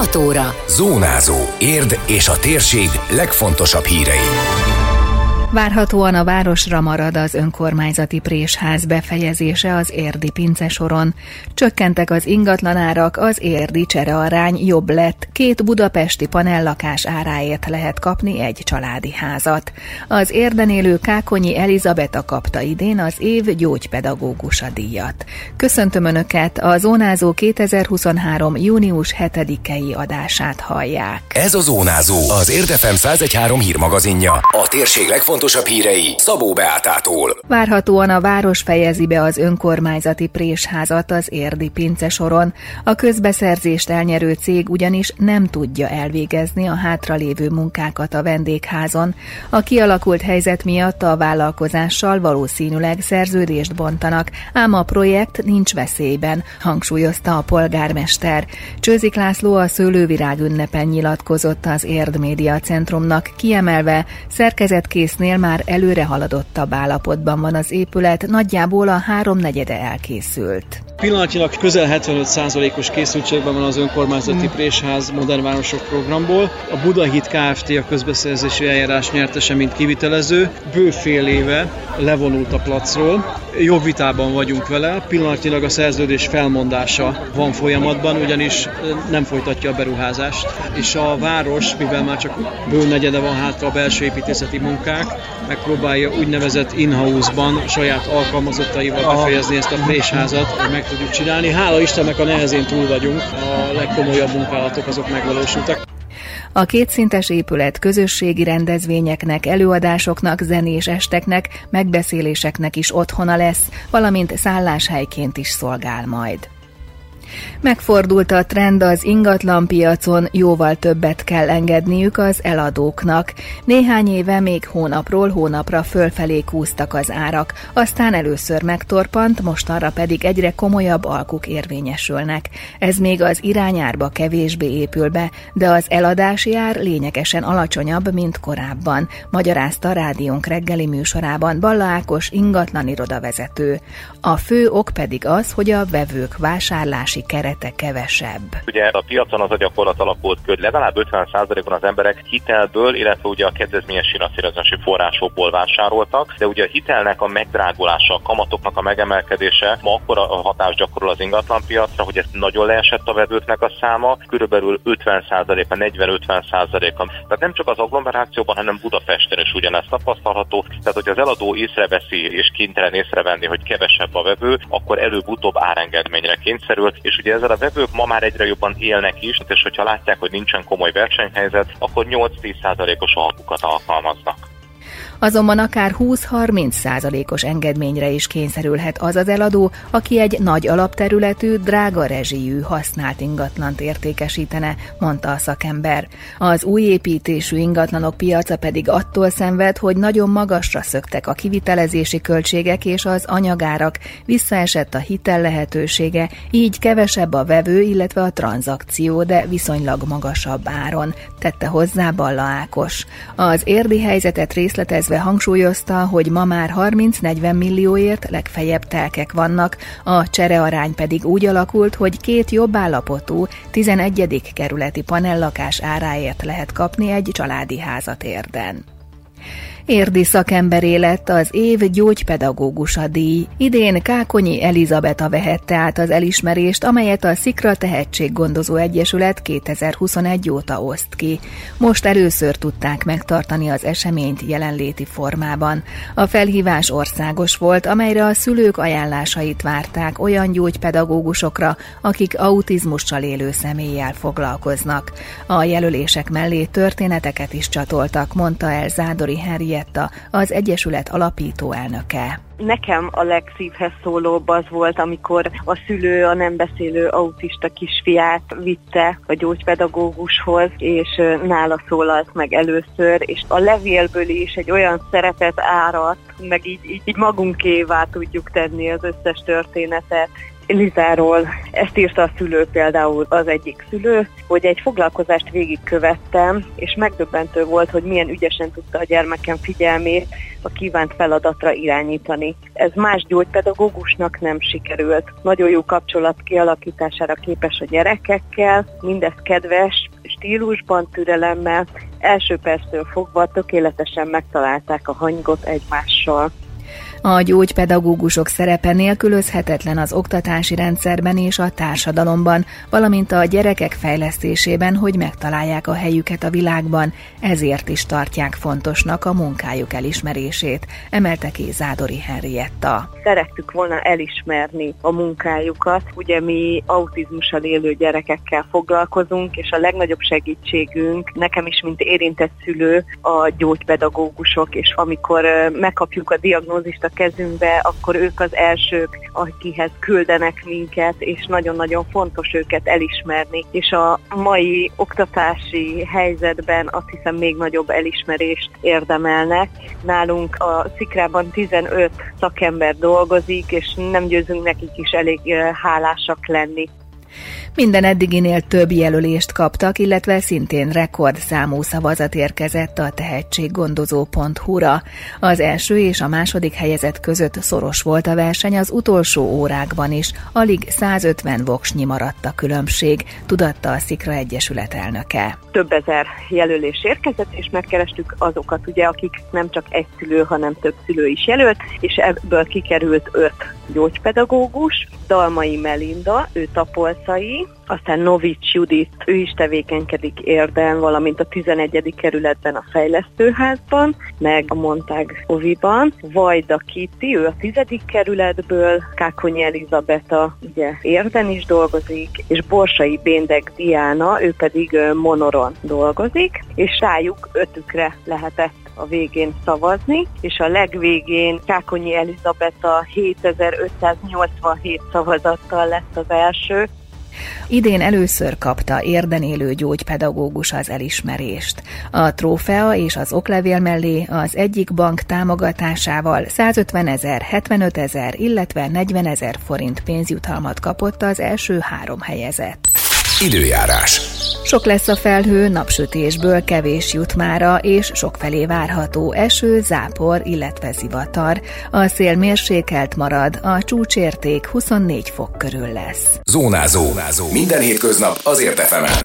6 óra. Zónázó. Érd és a térség legfontosabb hírei. Várhatóan a városra marad az önkormányzati présház befejezése az érdi pincesoron. Csökkentek az ingatlanárak, az érdi cserearány jobb lett, 2 budapesti panellakás áráért lehet kapni egy családi házat. Az Érden élő Kákonyi Elizabeta kapta idén az év gyógypedagógusa díjat. Köszöntöm Önöket, a Zónázó 2023. június 7-i adását hallják. Ez a Zónázó, az Érd FM 101.3 hírmagazinja. A térség legfontosabb hírei Szabó Beátától. Várhatóan a város fejezi be az önkormányzati présházat az érdi pincesoron. A közbeszerzést elnyerő cég ugyanis nem tudja elvégezni a hátralévő munkákat a vendégházon. A kialakult helyzet miatt a vállalkozással valószínűleg szerződést bontanak, ám a projekt nincs veszélyben, hangsúlyozta a polgármester. Csőzik László a szőlővirág ünnepen nyilatkozott az Érd Média Centrumnak, kiemelve, szerkezetkésznél már előre haladottabb állapotban van az épület, nagyjából a 3/4 elkészült. Pillanatnyilag közel 75%-os készültségben van az önkormányzati présház Modern Városok programból. A Budahíd Kft. A közbeszerzési eljárás nyertese, mint kivitelező. Bő fél éve levonult a placról. Jobb vitában vagyunk vele. Pillanatnyilag a szerződés felmondása van folyamatban, ugyanis nem folytatja a beruházást. És a város, mivel már csak bő negyede van hátra a belső építészeti munkák, megpróbálja úgynevezett in-house-ban saját alkalmazottaival befejezni ezt a présházat, hogy meg tudjuk csinálni. Hála Istennek a nehezén túl vagyunk, a legkomolyabb munkálatok azok megvalósultak. A kétszintes épület közösségi rendezvényeknek, előadásoknak, zenés esteknek, megbeszéléseknek is otthona lesz, valamint szálláshelyként is szolgál majd. Megfordult a trend az ingatlanpiacon, jóval többet kell engedniük az eladóknak. Néhány éve még hónapról hónapra fölfelé kúztak az árak, aztán először megtorpant, mostanra pedig egyre komolyabb alkuk érvényesülnek. Ez még az irányárba kevésbé épül be, de az eladási ár lényegesen alacsonyabb, mint korábban, magyarázta a rádiónk reggeli műsorában Balla Ákos ingatlan irodavezető. A fő ok pedig az, hogy a vevők vásárlási kerete kevesebb. Ugye a piacon az a gyakorlat alakult, hogy legalább 50%-on az emberek hitelből, illetve ugye a kedvezményes finanszírozási forrásokból vásároltak, de ugye a hitelnek a megdrágulása, a kamatoknak a megemelkedése ma akkora hatást gyakorol az ingatlanpiacra, hogy ez nagyon leesett a vevőknek a száma, körülbelül 50%-a, 40-50%-a. Tehát nem csak az agglomerációban, hanem Budapesten is ugyanezt tapasztalható. Tehát, hogy az eladó észreveszi és kénytelen észrevenni, hogy kevesebb a vevő, akkor előbb-utóbb árengedményre kényszerül, és ugye ezzel a vevők ma már egyre jobban élnek is, és hogyha látják, hogy nincsen komoly versenyhelyzet, akkor 8-10%-os alkukat alkalmaznak. Azonban akár 20-30%-os engedményre is kényszerülhet az az eladó, aki egy nagy alapterületű, drága rezsijű használt ingatlant értékesítene, mondta a szakember. Az új építésű ingatlanok piaca pedig attól szenved, hogy nagyon magasra szöktek a kivitelezési költségek és az anyagárak, visszaesett a hitel lehetősége, így kevesebb a vevő, illetve a tranzakció, de viszonylag magasabb áron, tette hozzá Balla Ákos. Az érdi helyzetet részletezve hangsúlyozta, hogy ma már 30-40 millióért legfeljebb telkek vannak, a cserearány pedig úgy alakult, hogy 2 jobb állapotú 11. kerületi panellakás áráért lehet kapni egy családi házat Érden. Érdi szakemberé lett az év gyógypedagógusa díj. Idén Kákonyi Elizabeta vehette át az elismerést, amelyet a Szikra Tehetséggondozó Egyesület 2021 óta oszt ki. Most először tudták megtartani az eseményt jelenléti formában. A felhívás országos volt, amelyre a szülők ajánlásait várták olyan gyógypedagógusokra, akik autizmussal élő személlyel foglalkoznak. A jelölések mellé történeteket is csatoltak, mondta el Zádori Henrietta, az Egyesület alapító elnöke. Nekem a legszívhez szólóbb az volt, amikor a szülő a nem beszélő autista kisfiát vitte a gyógypedagógushoz, és nála szólalt meg először, és a levélből is egy olyan szeretet áradt, meg így magunkévá tudjuk tenni az összes történetet. Lizáról. Ezt írta a szülő, például az egyik szülő, hogy egy foglalkozást végigkövettem, és megdöbbentő volt, hogy milyen ügyesen tudta a gyermekem figyelmét a kívánt feladatra irányítani. Ez más gyógypedagógusnak nem sikerült. Nagyon jó kapcsolat kialakítására képes a gyerekekkel, mindez kedves stílusban, türelemmel, első perctől fogva tökéletesen megtalálták a hangot egymással. A gyógypedagógusok szerepe nélkülözhetetlen az oktatási rendszerben és a társadalomban, valamint a gyerekek fejlesztésében, hogy megtalálják a helyüket a világban, ezért is tartják fontosnak a munkájuk elismerését, emelte ki Zádori Henrietta. Szerettük volna elismerni a munkájukat. Ugye mi autizmussal élő gyerekekkel foglalkozunk, és a legnagyobb segítségünk nekem is, mint érintett szülő, a gyógypedagógusok, és amikor megkapjuk a diagnózist a kezünkbe, akkor ők az elsők, akihez küldenek minket, és nagyon-nagyon fontos őket elismerni. És a mai oktatási helyzetben azt hiszem még nagyobb elismerést érdemelnek. Nálunk a Szikrában 15 szakember dolgozik, és nem győzünk nekik is elég hálásak lenni. Minden eddiginél több jelölést kaptak, illetve szintén rekordszámú szavazat érkezett a tehetséggondozó.hu-ra. Az első és a második helyezett között szoros volt a verseny, az utolsó órákban is, alig 150 voksnyi maradt a különbség, tudatta a Szikra Egyesület elnöke. Több ezer jelölés érkezett, és megkerestük azokat, ugye, akik nem csak egy szülő, hanem több szülő is jelölt, és ebből kikerült 5 gyógypedagógus, Dalmai Melinda, ő tapolcai, aztán Novics Judit, ő is tevékenykedik Érden, valamint a 11. kerületben a Fejlesztőházban, meg a Montág Oviban, Vajda Kitti, ő a 10. kerületből, Kákonyi Elizabeta, ugye Érden is dolgozik, és Borsai Béndeg Diana, ő pedig Monoron dolgozik, és rájuk 5-ükre lehetett a végén szavazni, és a legvégén Kákonyi Elizabeta 7587 szavazattal lett az első. Idén először kapta Érden élő gyógypedagógus az elismerést. A trófea és az oklevél mellé az egyik bank támogatásával 150 000, 75 000, illetve 40 000 forint pénzjutalmat kapott az első 3 helyezett. Időjárás. Sok lesz a felhő, napsütésből kevés jut mára, és sokfelé várható eső, zápor, illetve zivatar. A szél mérsékelt marad, a csúcsérték 24 fok körül lesz. Zónázó. Minden hétköznap azért FM-en.